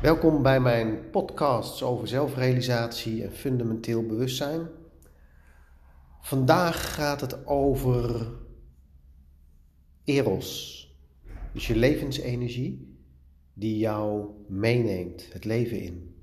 Welkom bij mijn podcasts over zelfrealisatie en fundamenteel bewustzijn. Vandaag gaat het over eros, dus je levensenergie die jou meeneemt het leven in.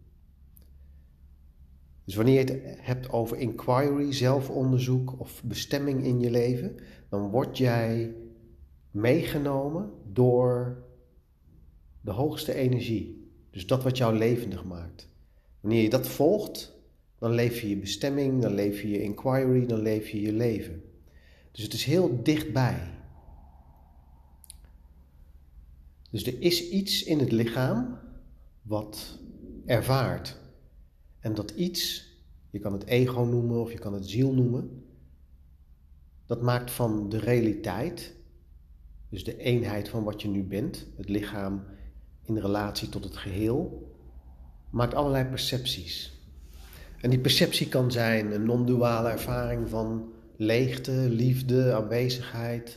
Dus wanneer je het hebt over inquiry, zelfonderzoek of bestemming in je leven, dan word jij meegenomen door de hoogste energie. Dus dat wat jou levendig maakt. Wanneer je dat volgt, dan leef je je bestemming, dan leef je je inquiry, dan leef je je leven. Dus het is heel dichtbij. Dus er is iets in het lichaam wat ervaart. En dat iets, je kan het ego noemen of je kan het ziel noemen, dat maakt van de realiteit, dus de eenheid van wat je nu bent, het lichaam in relatie tot het geheel, maakt allerlei percepties. En die perceptie kan zijn een non-duale ervaring van leegte, liefde, aanwezigheid,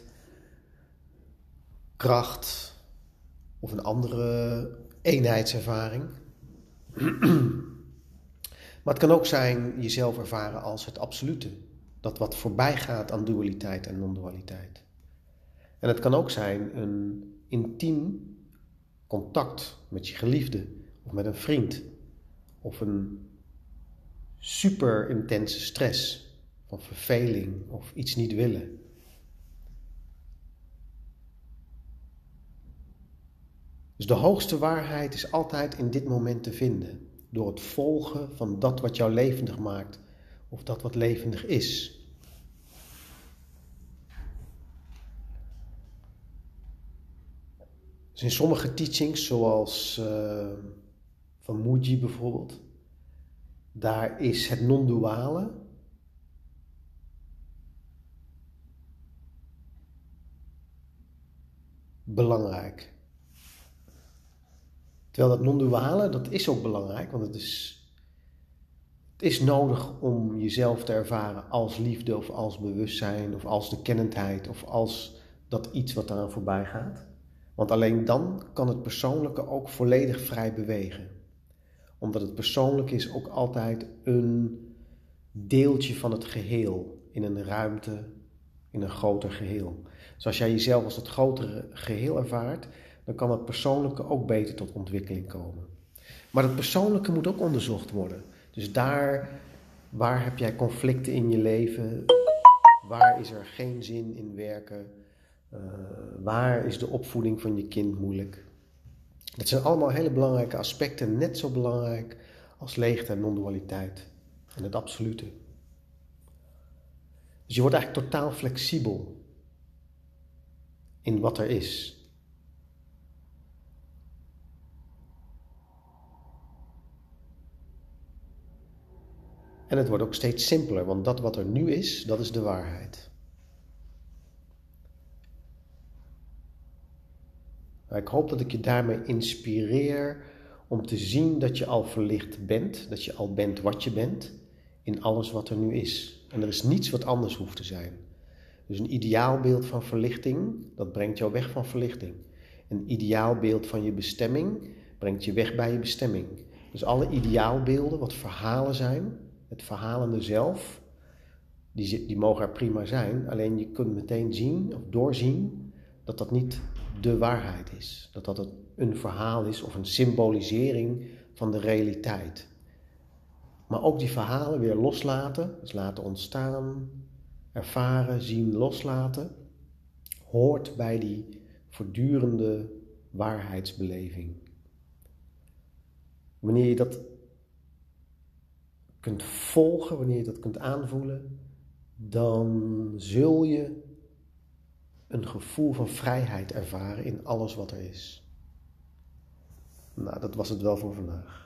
kracht of een andere eenheidservaring. Maar het kan ook zijn jezelf ervaren als het absolute, dat wat voorbij gaat aan dualiteit en non-dualiteit. En het kan ook zijn een intiem contact met je geliefde of met een vriend of een super intense stress van verveling of iets niet willen. Dus de hoogste waarheid is altijd in dit moment te vinden door het volgen van dat wat jou levendig maakt of dat wat levendig is. Dus in sommige teachings, zoals van Mooji bijvoorbeeld, daar is het non-duale belangrijk. Terwijl dat non-duale, dat is ook belangrijk, want het is nodig om jezelf te ervaren als liefde of als bewustzijn of als de kennendheid of als dat iets wat eraan voorbij gaat. Want alleen dan kan het persoonlijke ook volledig vrij bewegen. Omdat het persoonlijke is ook altijd een deeltje van het geheel in een ruimte, in een groter geheel. Dus als jij jezelf als het grotere geheel ervaart, dan kan het persoonlijke ook beter tot ontwikkeling komen. Maar het persoonlijke moet ook onderzocht worden. Dus waar heb jij conflicten in je leven? Waar is er geen zin in werken? Waar is de opvoeding van je kind moeilijk? Dat zijn allemaal hele belangrijke aspecten, net zo belangrijk als leegte en non-dualiteit en het absolute. Dus je wordt eigenlijk totaal flexibel in wat er is. En het wordt ook steeds simpeler, want dat wat er nu is, dat is de waarheid. Ik hoop dat ik je daarmee inspireer om te zien dat je al verlicht bent, dat je al bent wat je bent in alles wat er nu is. En er is niets wat anders hoeft te zijn. Dus een ideaalbeeld van verlichting, dat brengt jou weg van verlichting. Een ideaalbeeld van je bestemming brengt je weg bij je bestemming. Dus alle ideaalbeelden, wat verhalen zijn, het verhalende zelf, die mogen er prima zijn. Alleen je kunt meteen zien of doorzien dat dat niet de waarheid is. Dat dat een verhaal is of een symbolisering van de realiteit. Maar ook die verhalen weer loslaten, dus laten ontstaan, ervaren, zien, loslaten, hoort bij die voortdurende waarheidsbeleving. Wanneer je dat kunt volgen, wanneer je dat kunt aanvoelen, dan zul je een gevoel van vrijheid ervaren in alles wat er is. Nou, dat was het wel voor vandaag.